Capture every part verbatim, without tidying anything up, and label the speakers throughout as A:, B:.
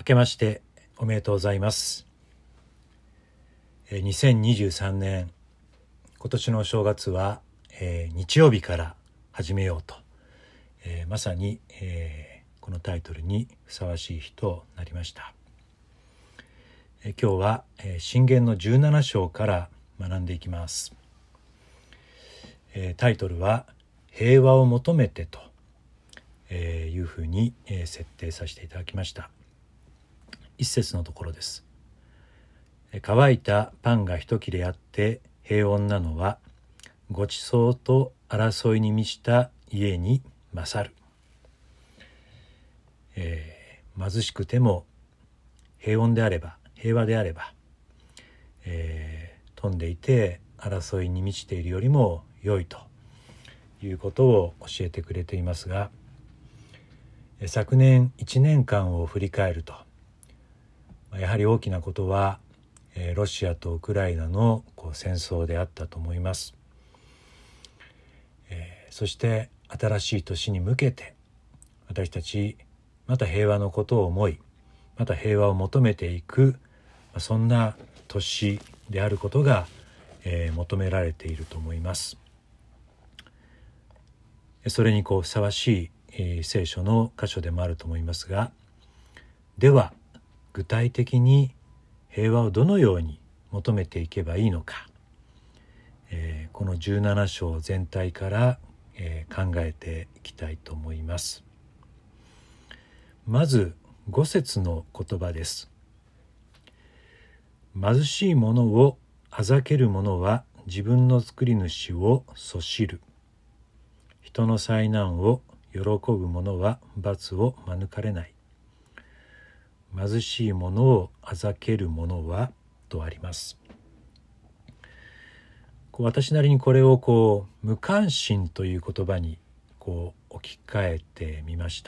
A: 明けましておめでとうございます。えー、にせんにじゅうさんねん今年の正月は、えー、日曜日から始めようと、えー、まさに、えー、このタイトルにふさわしい日となりました。えー、今日は、えー、箴言のじゅうなな章から学んでいきます。えー、タイトルは平和を求めてと、えー、いうふうに、えー、設定させていただきました。一節のところです。乾いたパンが一切れあって平穏なのはごちそうと争いに満ちた家に勝る。えー、貧しくても平穏であれば平和であれば、えー、富んでいて争いに満ちているよりも良いということを教えてくれていますが、昨年いちねんかんを振り返るとやはり大きなことはロシアとウクライナの戦争であったと思います。そして新しい年に向けて私たちまた平和のことを思い、また平和を求めていく、そんな年であることが求められていると思います。それにこうふさわしい聖書の箇所でもあると思いますが、では具体的に平和をどのように求めていけばいいのか、えー、このじゅうなな章全体から、えー、考えていきたいと思います。まずご節の言葉です。貧しい者をあざける者は自分の作り主をそしる。人の災難を喜ぶ者は罰を免れない。貧しい者をあざける者はとあります。こう私なりにこれをこう無関心という言葉にこう置き換えてみました。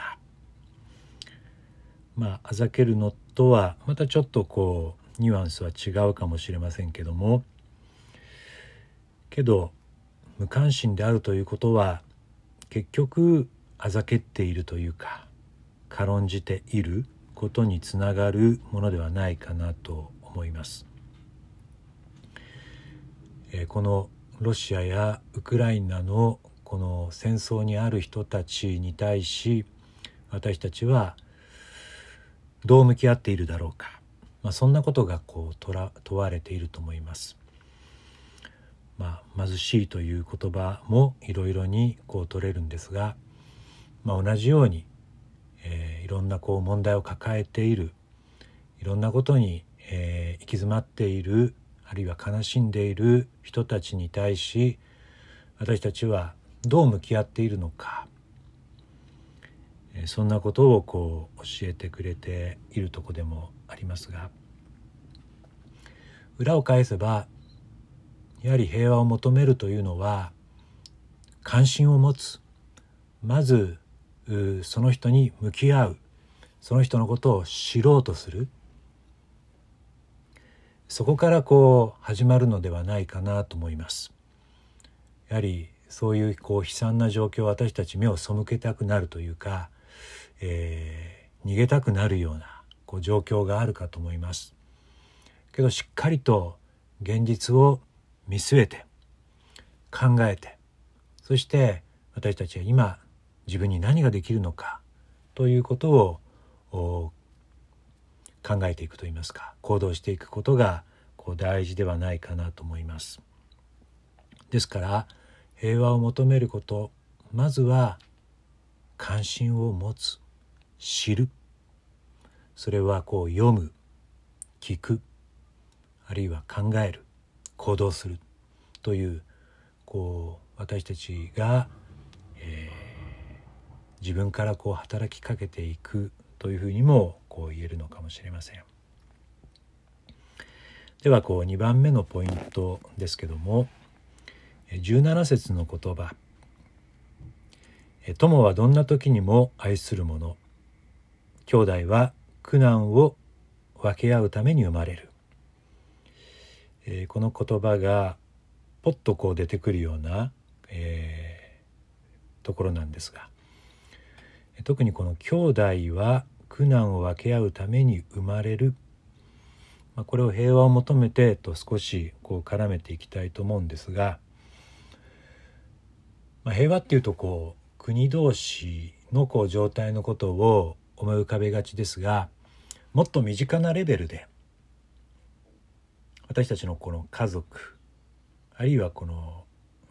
A: まああざけるのとはまたちょっとこうニュアンスは違うかもしれませんけども、けど無関心であるということは結局あざけっているというか軽んじていることにつながるものではないかなと思います。えー、このロシアやウクライナのこの戦争にある人たちに対し私たちはどう向き合っているだろうか、まあ、そんなことがこう問われていると思います。まあ、貧しいという言葉もいろいろにこう取れるんですが、まあ、同じようにえー、いろんなこう問題を抱えている、いろんなことに、えー、行き詰まっている、あるいは悲しんでいる人たちに対し私たちはどう向き合っているのか、えー、そんなことをこう教えてくれているところでもありますが、裏を返せばやはり平和を求めるというのは関心を持つ、まずその人に向き合う、その人のことを知ろうとする、そこからこう始まるのではないかなと思います。やはりそういうこう悲惨な状況を私たち目を背けたくなるというか、えー、逃げたくなるようなこう状況があるかと思います。けどしっかりと現実を見据えて考えて、そして私たちは今自分に何ができるのかということを考えていくといいますか、行動していくことがこう大事ではないかなと思います。ですから平和を求めること、まずは関心を持つ、知る、それはこう読む、聞く、あるいは考える、行動するという、こう私たちが、えー自分からこう働きかけていくというふうにもこう言えるのかもしれません。ではこうにばんめのポイントですけども、じゅうなな節の言葉、友はどんな時にも愛する者、兄弟は苦難を分け合うために生まれる。えー、この言葉がポッとこう出てくるような、えー、ところなんですが、特にこの兄弟は苦難を分け合うために生まれる、まあ、これを平和を求めてと少しこう絡めていきたいと思うんですが、まあ、平和っていうとこう国同士のこう状態のことを思い浮かべがちですが、もっと身近なレベルで私たちのこの家族、あるいはこの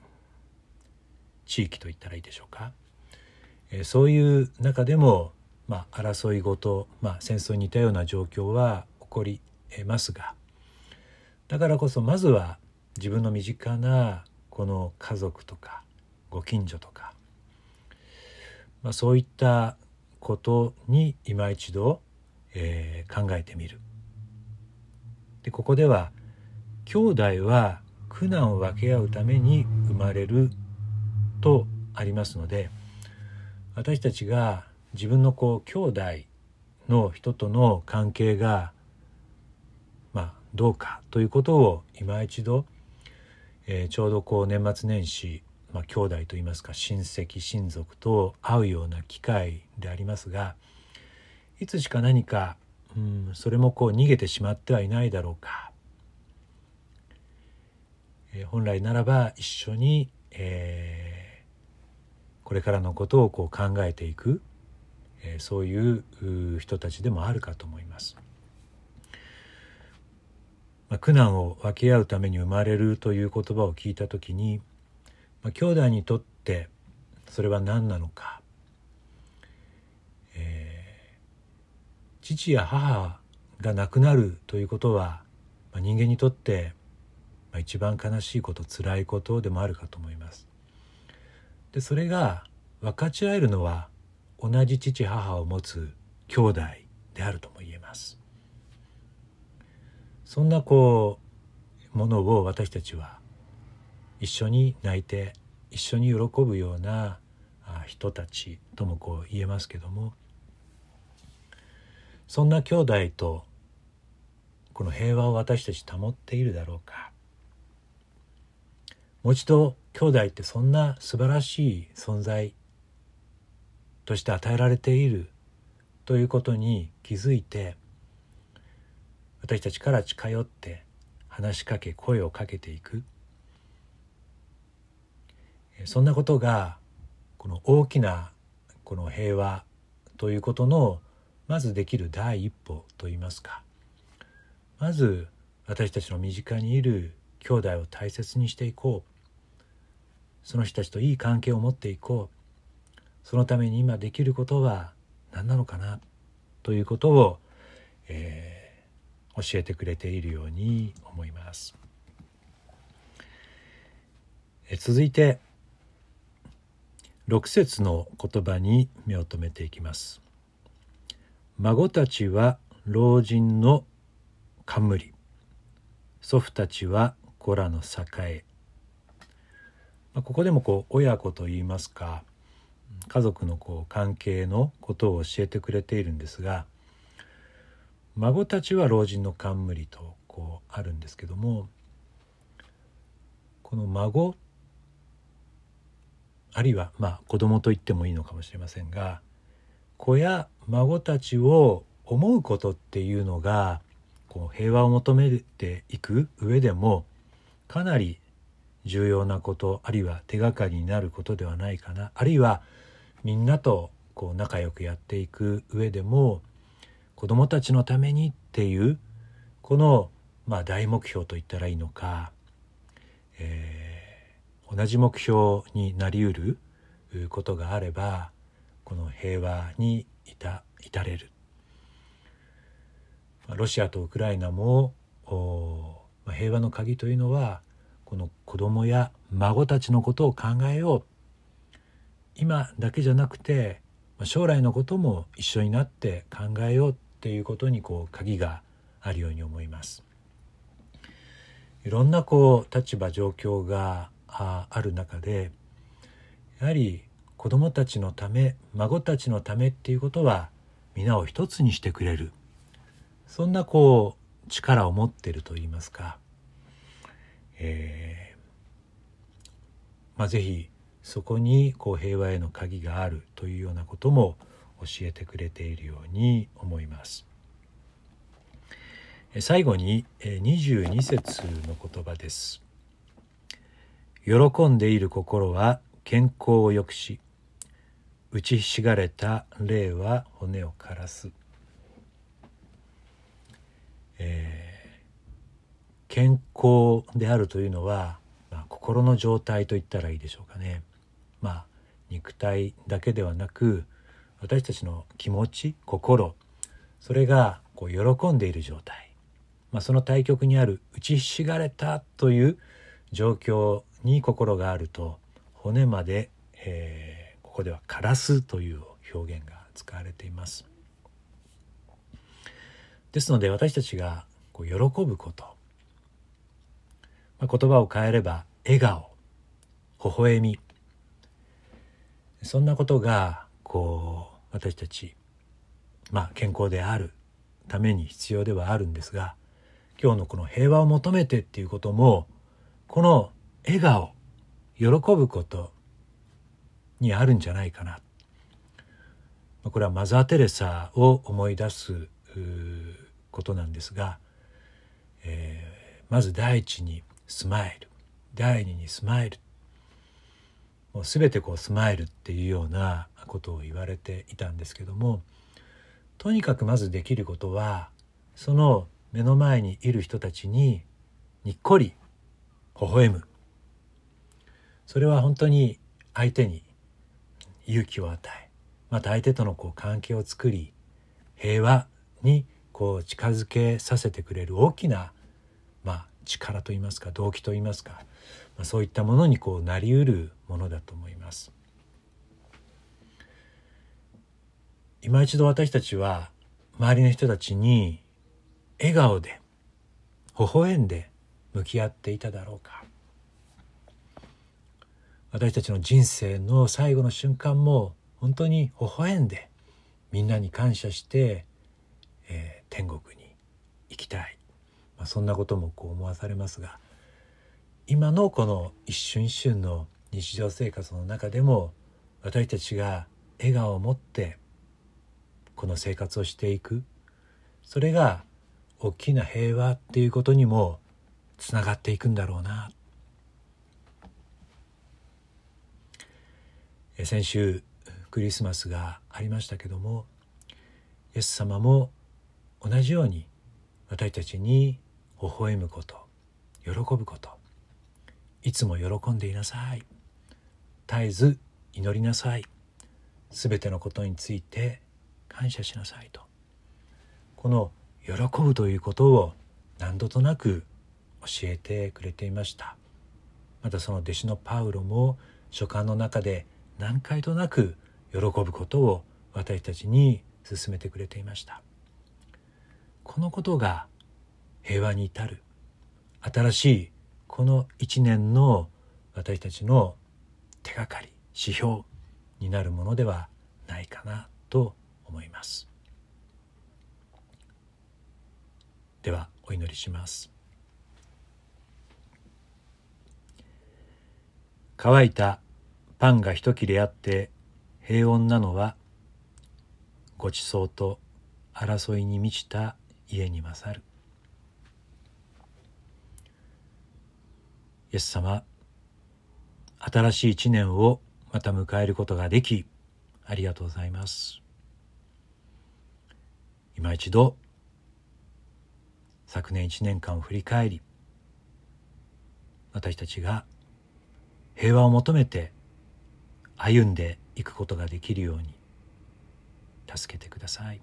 A: 地域といったらいいでしょうか、えー、そういう中でも、まあ、争いごと、まあ、戦争に似たような状況は起こりますが、だからこそまずは自分の身近なこの家族とかご近所とか、まあ、そういったことに今一度、えー、考えてみる。でここでは兄弟は苦難を分け合うために生まれるとありますので、私たちが自分のこう兄弟の人との関係が、まあ、どうかということを今一度、えー、ちょうどこう年末年始、まあ、兄弟といいますか親戚親族と会うような機会でありますが、いつしか何か、うん、それもこう逃げてしまってはいないだろうか、えー、本来ならば一緒に、えー、これからのことをこう考えていく、えー、そういう人たちでもあるかと思います。まあ、苦難を分け合うために生まれるという言葉を聞いたときに、まあ、兄弟にとってそれは何なのか、えー、父や母が亡くなるということは、まあ、人間にとって、まあ、一番悲しいこと、辛いことでもあるかと思います。でそれが分かち合えるのは同じ父母を持つ兄弟であるとも言えます。そんなこうものを私たちは一緒に泣いて一緒に喜ぶような人たちともこう言えますけども、そんな兄弟とこの平和を私たち保っているだろうか。もう一度兄弟ってそんな素晴らしい存在として与えられているということに気づいて、私たちから近寄って話しかけ声をかけていく、そんなことがこの大きなこの平和ということのまずできる第一歩といいますか、まず私たちの身近にいる兄弟を大切にしていこう、その人たちといい関係を持っていこう、そのために今できることは何なのかなということを、えー、教えてくれているように思います。え続いて六節の言葉に目を留めていきます。孫たちは老人の冠、祖父たちは子らの栄。ここでもこう親子といいますか、家族のこう関係のことを教えてくれているんですが、孫たちは老人の冠とこうあるんですけども、この孫あるいはまあ子供と言ってもいいのかもしれませんが、子や孫たちを思うことっていうのがこう平和を求めていく上でもかなり重要なこと、あるいは手がかりになることではないかな、あるいはみんなとこう仲良くやっていく上でも子どもたちのためにっていうこの、まあ、大目標と言ったらいいのか、えー、同じ目標になりうることがあればこの平和に至れる。ロシアとウクライナも平和の鍵というのはこの子供や孫たちのことを考えよう、今だけじゃなくて将来のことも一緒になって考えようっていうことにこう鍵があるように思います。いろんなこう立場状況が あ, ある中でやはり子供たちのため孫たちのためっていうことは皆を一つにしてくれる、そんなこう力を持っているといいますか、えーまあ、ぜひそこにこう平和への鍵があるというようなことも教えてくれているように思います。最後ににじゅうに節の言葉です。喜んでいる心は健康を良くし、打ちひしがれた霊は骨を枯らす。えー、健康であるというのは、まあ、心の状態と言ったらいいでしょうかね。まあ肉体だけではなく、私たちの気持ち、心、それがこう喜んでいる状態、まあ、その対極にある打ちひしがれたという状況に心があると、骨まで、えー、ここでは枯らすという表現が使われています。ですので私たちがこう喜ぶこと、まあ、言葉を変えれば笑顔、微笑み、そんなことがこう私たち、まあ、健康であるために必要ではあるんですが、今日のこの平和を求めてっていうことも、この笑顔、喜ぶことにあるんじゃないかな。これはマザー・テレサを思い出すことなんですが、えー、まず第一にスマイル、第二にスマイル、もう全てこうスマイルっていうようなことを言われていたんですけども、とにかくまずできることは、その目の前にいる人たちににっこり微笑む。それは本当に相手に勇気を与え、また相手とのこう関係を作り、平和にこう近づけさせてくれる大きな、まあ、力といいますか、動機といいますか、まあ、そういったものにこうなりうるものだと思います。今一度私たちは周りの人たちに笑顔で微笑んで向き合っていただろうか。私たちの人生の最後の瞬間も本当に微笑んでみんなに感謝して、えー、天国に行きたい、まあ、そんなこともこう思わされますが、今のこの一瞬一瞬の日常生活の中でも、私たちが笑顔を持ってこの生活をしていく、それが大きな平和っていうことにもつながっていくんだろうな。先週クリスマスがありましたけども、イエス様も同じように私たちに微笑むこと、喜ぶこと、いつも喜んでいなさい、絶えず祈りなさい、すべてのことについて感謝しなさいと、この喜ぶということを何度となく教えてくれていました。またその弟子のパウロも書簡の中で何回となく喜ぶことを私たちに勧めてくれていました。このことが平和に至る新しいこの一年の私たちの手がかり、指標になるものではないかなと思います。ではお祈りします。乾いたパンが一切れあって平穏なのは、ごちそうと争いに満ちた家に勝る。イエス様、新しい一年をまた迎えることができありがとうございます。今一度昨年一年間を振り返り、私たちが平和を求めて歩んでいくことができるように助けてください。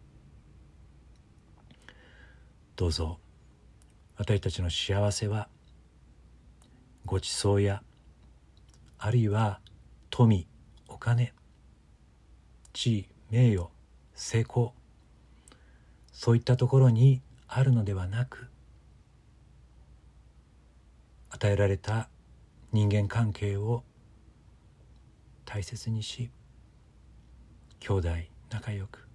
A: どうぞ私たちの幸せはごちそうや、あるいは富、お金、地位、名誉、成功、そういったところにあるのではなく、与えられた人間関係を大切にし、兄弟仲良く、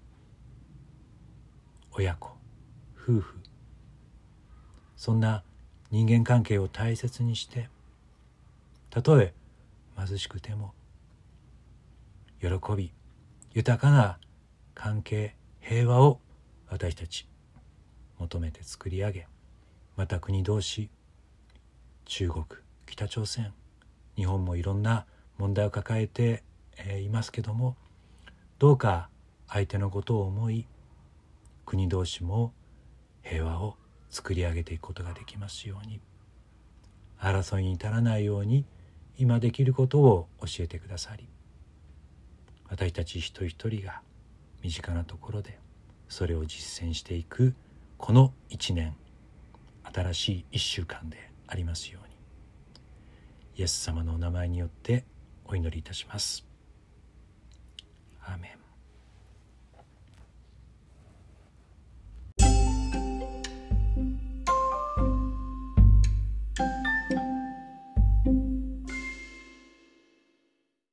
A: 親子、夫婦、そんな人間関係を大切にして、たとえ貧しくても喜び豊かな関係、平和を私たち求めて作り上げ、また国同士、中国、北朝鮮、日本もいろんな問題を抱えていますけども、どうか相手のことを思い、国同士も平和を作り上げていくことができますように、争いに至らないように今できることを教えてくださり、私たち一人一人が身近なところでそれを実践していくこの一年、新しい一週間でありますように、イエス様のお名前によってお祈りいたします。アーメン。